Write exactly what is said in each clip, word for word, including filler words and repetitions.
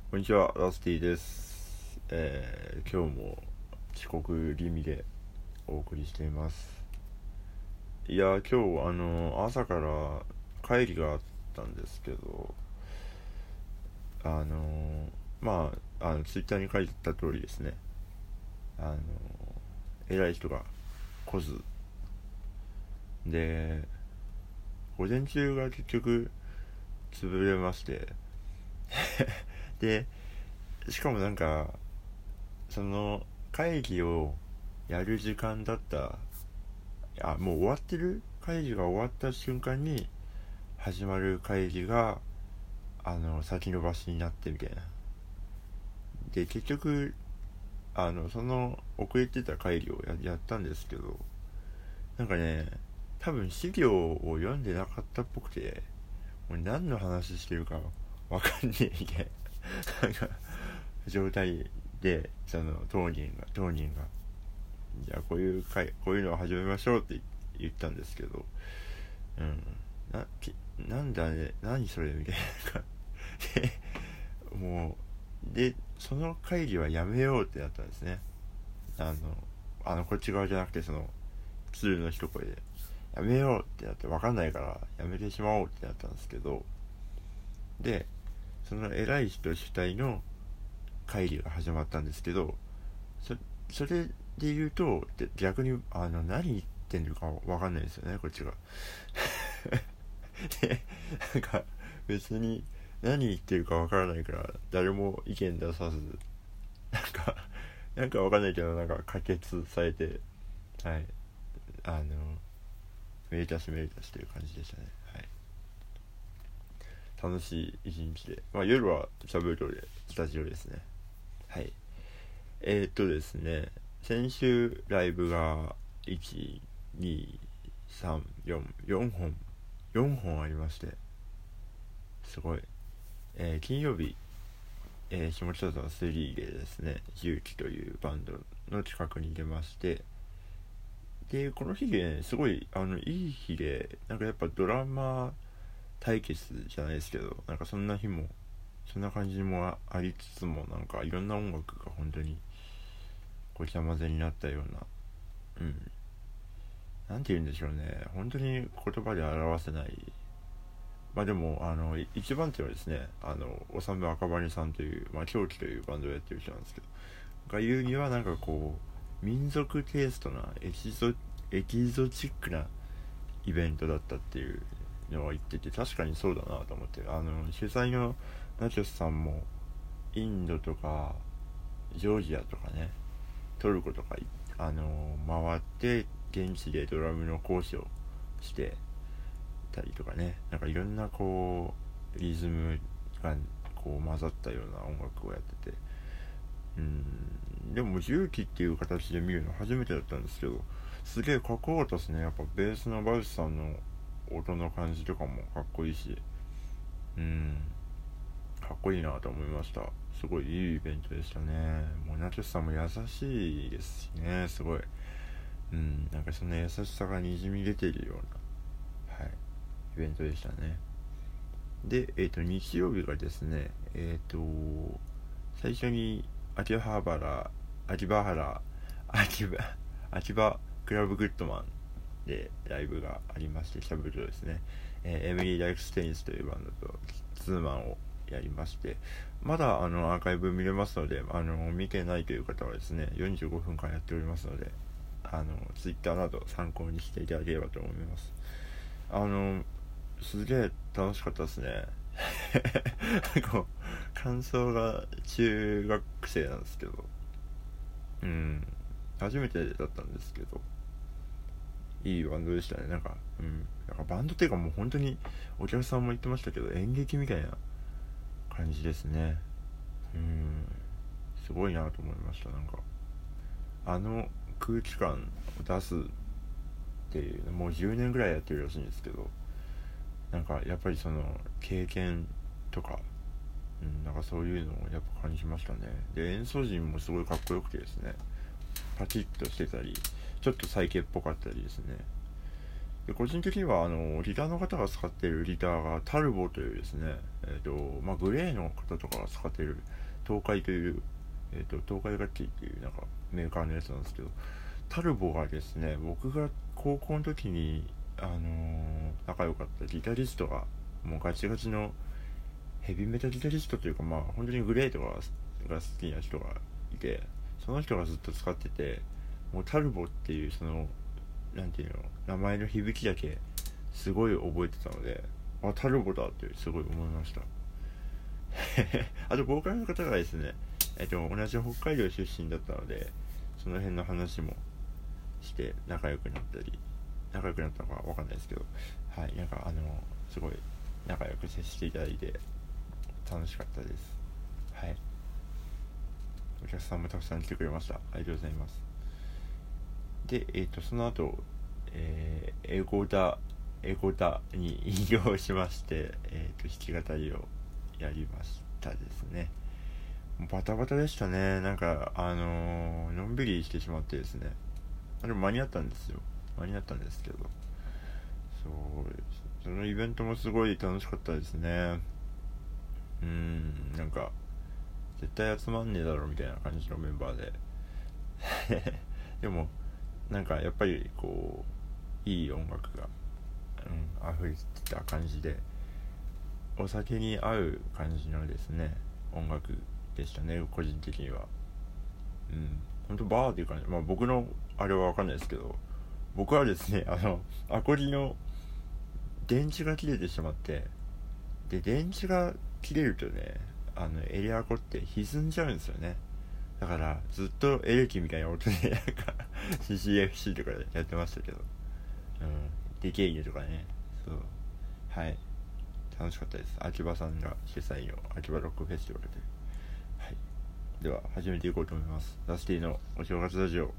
こんにちは、ラスティです。えー、今日も遅刻気味でお送りしています。いや、今日あの朝から会議があったんですけど、あのまああのツイッターに書いてた通りですね。あの偉い人が来ずで、午前中が結局潰れましてで、しかもなんかその会議をやる時間だったあもう終わってる会議が終わった瞬間に始まる会議があの先延ばしになってみたいな。で結局あのその遅れてた会議を や, やったんですけど、なんかね多分資料を読んでなかったっぽくて、もう何の話してるかわかんねえみたいななんか状態で、その当人が当人がじゃあこういう会こういうのを始めましょうって言ったんですけど、うんななんだね何それみたいなでもうでその会議はやめようってなったんですね。あのあのこっち側じゃなくて、その普通の一声でやめようってなって、分かんないからやめてしまおうってなったんですけど、でその偉い人主体の会議が始まったんですけど、そそれで言うとで逆にあの何言ってんのか分かんないですよね、こっちがでなんか別に何言ってるか分からないから誰も意見出さず、なんかなんか分かんないけどなんか可決されて、はいあのめでたしめでたしという感じでしたね。はい、楽しい一日で、まあ、夜はシャブルでスタジオですね。はい、えー、っとですね先週ライブがいち、に、さん、よん、よんほんよんほんありまして、すごい、えー、金曜日、えー、下北沢スリーでですね、重機というバンドの近くに出まして、でこの日で、ね、すごいあのいい日で、なんかやっぱドラマ対決じゃないですけど、なんかそんな日もそんな感じもありつつも、なんかいろんな音楽が本当にごちゃ混ぜになったような、うんなんて言うんでしょうね、本当に言葉で表せない。まあでもあの一番手はですね、あのおさむ赤羽さんという、まあ、狂気というバンドをやってる人なんですけどが言うには、なんかこう民族テイストなエキゾエキゾチックなイベントだったっていうのを言ってて、確かにそうだなと思って、あの主催のナチョスさんもインドとかジョージアとかね、トルコとかあの回って現地でドラムの講師をしてたりとかね、なんかいろんなこうリズムがこう混ざったような音楽をやってて、うーんでも重機っていう形で見るの初めてだったんですけど、すげえかっこよかったですね。やっぱベースのバウスさんの音の感じとかもかっこいいし、うーんかっこいいなと思いました。すごいいいイベントでしたね。もうナチョスさんも優しいですしね、すごい、うんなんかそんな優しさがにじみ出ているような、はい、イベントでしたね。で、えっ、ー、と日曜日がですね、えっ、ー、と最初に秋葉原秋葉原秋葉秋葉クラブグッドマンでライブがありまして、シャブルですね、えー、エミリー・ライク・ステインスというバンドとツーマンをやりまして、まだあのアーカイブ見れますので、あの見てないという方はですね、よんじゅうごふんかんやっておりますので、あのツイッターなど参考にしていただければと思います。あのすげえ楽しかったですねこう感想が中学生なんですけど、うん初めてだったんですけど、いいバンドでしたね。なんか、うん、なんかバンドっていうかもう本当にお客さんも言ってましたけど、演劇みたいな感じですね。うんすごいなと思いました。なんかあの空気感を出すっていうのもうじゅうねんぐらいやってるらしいんですけど、なんかやっぱりその経験とか、うん、なんかそういうのをやっぱ感じましたね。で演奏陣もすごいかっこよくてですね、パキッとしてたりちょっとサイケっぽかったりですね、 で個人的にはあのギターの方が使っているギターがタルボというですね、えーとまあ、グレーの方とかが使っている東海という、えーと東海楽器っていうなんかメーカーのやつなんですけど、タルボがですね、僕が高校の時にあのー、仲良かったギタリストがもうガチガチのヘビメタギタリストというか、まあ本当にグレーとかが好きな人がいて、その人がずっと使ってて、もうタルボっていうそのなんていうの名前の響きだけすごい覚えてたので、あ、タルボだってすごい思いましたあとボーカルの方がですね、えっと同じ北海道出身だったので、その辺の話もして仲良くなったり仲良くなったのかわかんないですけど、はい、なんかあのすごい仲良く接していただいて楽しかったです。はい、お客さんもたくさん来てくれました。ありがとうございます。で、えっ、ー、とその後、えー、英語だ英語だに引用しまして、えー、と弾き語りをやりましたですね。バタバタでしたね。なんかあのー、のんびりしてしまってですね。あれ間に合ったんですよ。間に合ったんですけど、そうそのイベントもすごい楽しかったですね。うーんなんか絶対集まんねえだろみたいな感じのメンバーででもなんかやっぱりこういい音楽が、うん、溢れてた感じで、お酒に合う感じのですね音楽でしたね、個人的には。うん本当バーっていう感じ。まあ僕のあれは分かんないですけど、僕はですねあのアコギの電池が切れてしまって、で電池が切れるとね、あのエレアコって歪んじゃうんですよね。だからずっとエレキみたいな音でなんか シーシーエフシー とかでやってましたけど、うん、ディケイネとかね、そう、はい、楽しかったです。秋葉さんが主催の秋葉ロックフェスティバルで、はい、では始めていこうと思います。ダスティのお正月ラジオ。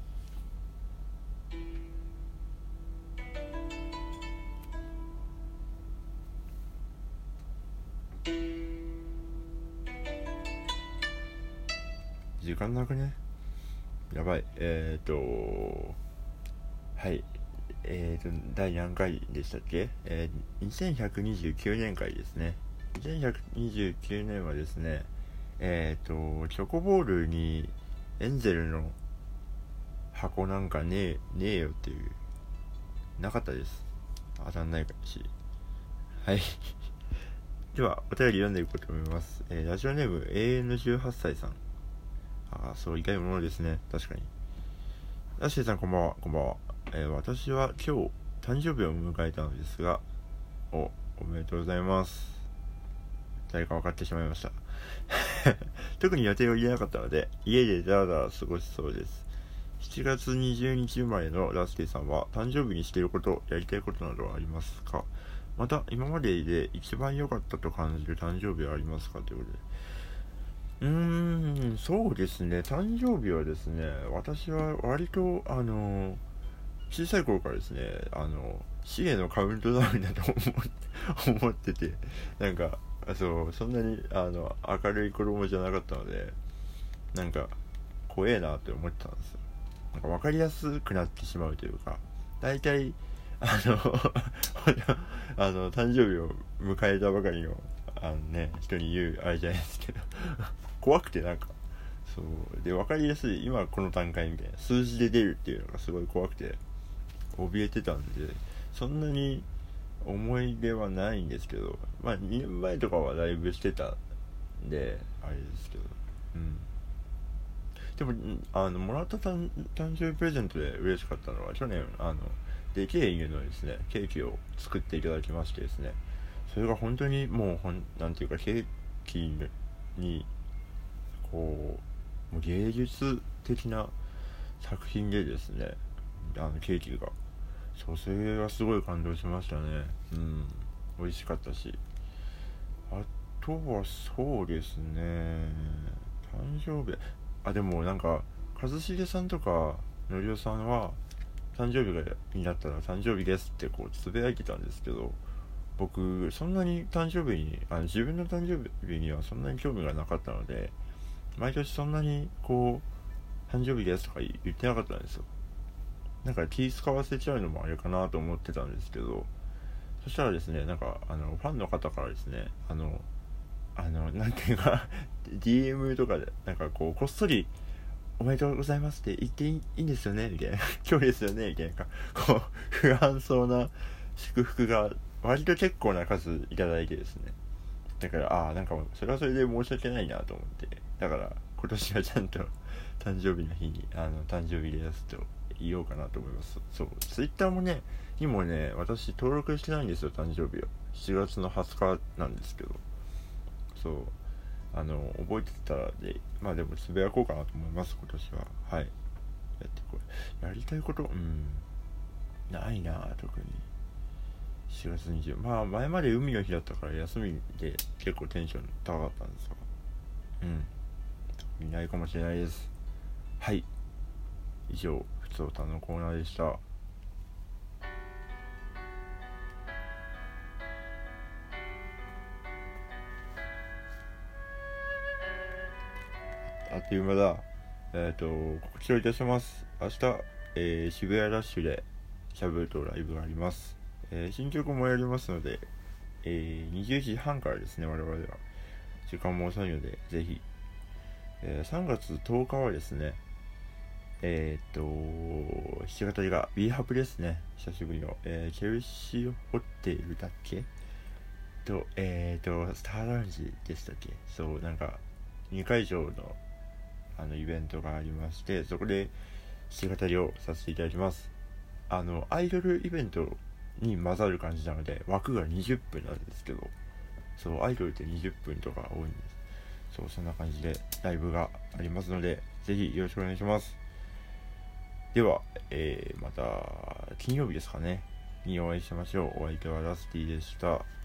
時間なくね、やばい。えーとはいえーと第何回でしたっけ。えー、にせんひゃくにじゅうきゅうねん回ですね。にせんひゃくにじゅうきゅうねんはですね、えーとチョコボールにエンゼルの箱なんかねえねえよっていう、なかったです。当たんないし。はいではお便り読んでいこうと思います。えー、ラジオネーム エーエヌじゅうはっさいさん。ああ、そういかいものですね。確かに。ラッシーさんこんばんは。こんばんは。えー、私は今日誕生日を迎えたのですが、おおめでとうございます。誰か分かってしまいました特に予定を入れなかったので家でダラダラ過ごしそうです。しちがつにじゅうにち生まれのラスケさんは誕生日にしていること、やりたいことなどはありますか。また今までで一番良かったと感じる誕生日はありますか、ということで。うーんそうですね、誕生日はですね、私は割とあの小さい頃からですね、あの死へのカウントダウンだと思って思ってて、なんかそうそんなにあの明るい子供じゃなかったので、なんか怖えなって思ってたんですよ。なんか分かりやすくなってしまうというか、大体あのあの誕生日を迎えたばかりのあのね人に言うあれじゃないですけど怖くて、なんかそうで分かりやすい、今この段階みたいな数字で出るっていうのがすごい怖くて怯えてたんで、そんなに思い出はないんですけど、まあにねんまえとかはだいぶしてたんであれですけど、うんでもあのもらった誕生日プレゼントで嬉しかったのは、去年あのでけえ犬のですねケーキを作っていただきましてですね、それが本当にもうほんなんていうかケーキにこうもう芸術的な作品でですね、あのケーキがそうそれはすごい感動しましたね。うん美味しかったし、あとはそうですね、誕生日あでもなんか一茂さんとかのりおさんは誕生日がになったら誕生日ですってこうつぶやいてたんですけど、僕そんなに誕生日にあ自分の誕生日にはそんなに興味がなかったので、毎年そんなにこう誕生日ですとか言ってなかったんですよ。 なんか気使わせちゃうのもあれかなと思ってたんですけど、そしたらですね、なんかあのファンの方からですね、あのあのなんていうかディーエム とかでなんかこうこっそりおめでとうございますって言っていい、いいんですよねみたいな今日ですよねみたいな、こう不安そうな祝福が割と結構な数いただいてですね、だからああなんかそれはそれで申し訳ないなと思って、だから今年はちゃんと誕生日の日にあの誕生日でやすと言おうかなと思います。そう、ツイッターもねにもね私登録してないんですよ、誕生日をしちがつのはつかなんですけど、そうあの覚えてたらで、まあでもつぶやこうかなと思います今年は。はい、やってこれやりたいことうんないな特に。しがつにじゅうまあ前まで海の日だったから休みで結構テンション高かったんですが、うんいないかもしれないです。はい、以上ふつおたのコーナーでした。あっという間だ。えっ、ー、と告知をいたします。明日、えー、渋谷ラッシュでシャブとライブがあります。えー、新曲もやりますので、えー、にじゅうじはんからですね。我々は時間も遅いのでぜひ、えー、さんがつとおかはですね、えっ、ー、と弾き語りが B ハプですね。久しぶりの、えー、チェルシーホテルだっけと、えっ、ー、とスターラウンジでしたっけ。そうなんかにかいじょうのあのイベントがありまして、そこで弾き語りをさせていただきます。あのアイドルイベントに混ざる感じなので枠がにじゅっぷんなんですけど、そうアイドルってにじゅっぷんとか多いんです。そうそんな感じでライブがありますのでぜひよろしくお願いします。では、えー、また金曜日ですかねにお会いしましょう。お相手はラスティでした。